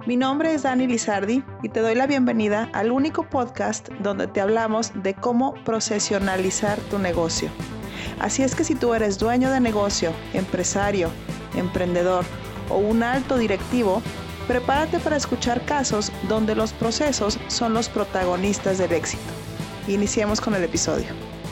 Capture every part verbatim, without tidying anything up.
Mi nombre es Dani Lizardi y te doy la bienvenida al único podcast donde te hablamos de cómo profesionalizar tu negocio. Así es que si tú eres dueño de negocio, empresario, emprendedor o un alto directivo, prepárate para escuchar casos donde los procesos son los protagonistas del éxito. Iniciemos con el episodio.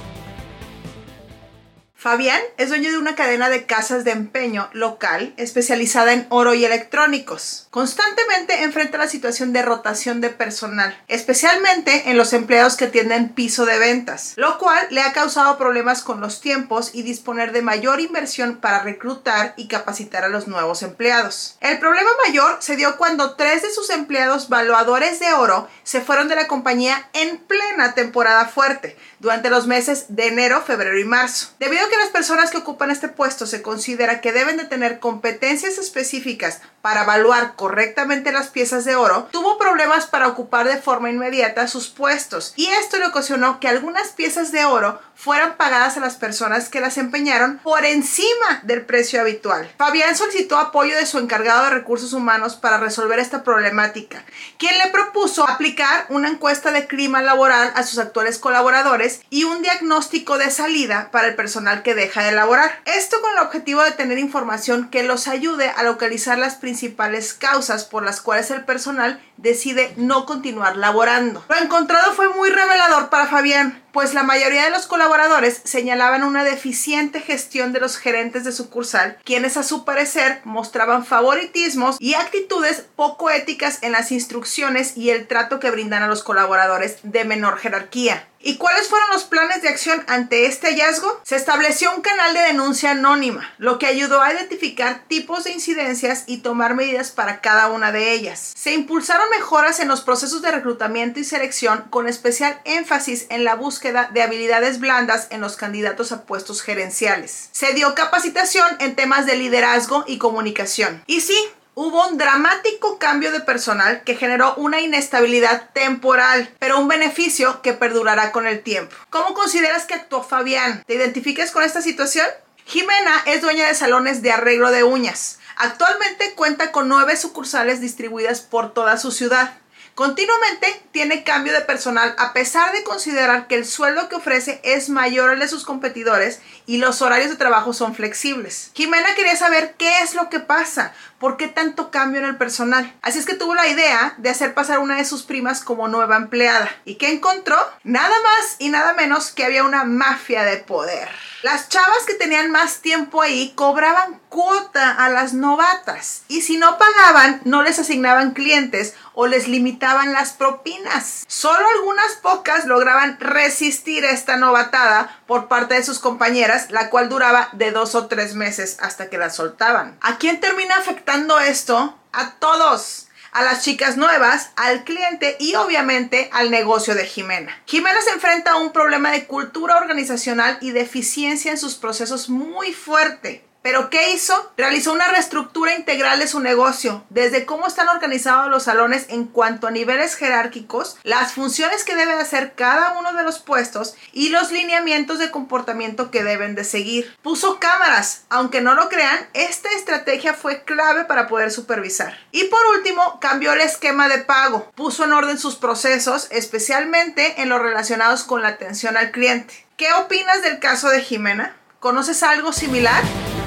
Fabián es dueño de una cadena de casas de empeño local especializada en oro y electrónicos. Constantemente enfrenta la situación de rotación de personal, especialmente en los empleados que atienden piso de ventas, lo cual le ha causado problemas con los tiempos y disponer de mayor inversión para reclutar y capacitar a los nuevos empleados. El problema mayor se dio cuando tres de sus empleados valuadores de oro se fueron de la compañía en plena temporada fuerte, durante los meses de enero, febrero y marzo. Debido a que las personas que ocupan este puesto se considera que deben de tener competencias específicas para evaluar correctamente las piezas de oro, tuvo problemas para ocupar de forma inmediata sus puestos, y esto le ocasionó que algunas piezas de oro fueran pagadas a las personas que las empeñaron por encima del precio habitual. Fabián solicitó apoyo de su encargado de recursos humanos para resolver esta problemática, quien le propuso aplicar una encuesta de clima laboral a sus actuales colaboradores y un diagnóstico de salida para el personal que deja de laborar. Esto con el objetivo de tener información que los ayude a localizar las principales causas por las cuales el personal decide no continuar laborando. Lo encontrado fue muy revelador para Fabián, pues la mayoría de los colaboradores señalaban una deficiente gestión de los gerentes de sucursal, quienes a su parecer mostraban favoritismos y actitudes poco éticas en las instrucciones y el trato que brindan a los colaboradores de menor jerarquía. ¿Y cuáles fueron los planes de acción ante este hallazgo? Se estableció un canal de denuncia anónima, lo que ayudó a identificar tipos de incidencias y tomar medidas para cada una de ellas. Se impulsaron mejoras en los procesos de reclutamiento y selección, con especial énfasis en la búsqueda de habilidades blandas en los candidatos a puestos gerenciales. Se dio capacitación en temas de liderazgo y comunicación. Y sí, hubo un dramático cambio de personal que generó una inestabilidad temporal, pero un beneficio que perdurará con el tiempo. ¿Cómo consideras que actuó Fabián? ¿Te identificas con esta situación? Jimena es dueña de salones de arreglo de uñas. Actualmente cuenta con nueve sucursales distribuidas por toda su ciudad. Continuamente tiene cambio de personal a pesar de considerar que el sueldo que ofrece es mayor al de sus competidores y los horarios de trabajo son flexibles. Jimena quería saber qué es lo que pasa, por qué tanto cambio en el personal. Así es que tuvo la idea de hacer pasar una de sus primas como nueva empleada. ¿Y qué encontró? Nada más y nada menos que había una mafia de poder. Las chavas que tenían más tiempo ahí cobraban cuota a las novatas, y si no pagaban, no les asignaban clientes o les limitaban las propinas. Solo algunas pocas lograban resistir esta novatada por parte de sus compañeras, la cual duraba de dos o tres meses hasta que la soltaban. ¿A quién termina afectando esto? A todos. A las chicas nuevas, al cliente y obviamente al negocio de Jimena. Jimena se enfrenta a un problema de cultura organizacional y de eficiencia en sus procesos muy fuerte. ¿Pero qué hizo? Realizó una reestructura integral de su negocio, desde cómo están organizados los salones en cuanto a niveles jerárquicos, las funciones que debe hacer cada uno de los puestos y los lineamientos de comportamiento que deben de seguir. Puso cámaras, aunque no lo crean, esta estrategia fue clave para poder supervisar. Y por último, cambió el esquema de pago, puso en orden sus procesos, especialmente en los relacionados con la atención al cliente. ¿Qué opinas del caso de Jimena? ¿Conoces algo similar?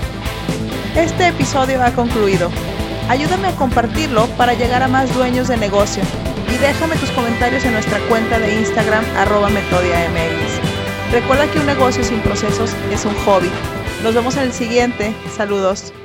Este episodio ha concluido. Ayúdame a compartirlo para llegar a más dueños de negocio y déjame tus comentarios en nuestra cuenta de Instagram arroba metodiamx. Recuerda que un negocio sin procesos es un hobby. Nos vemos en el siguiente. Saludos.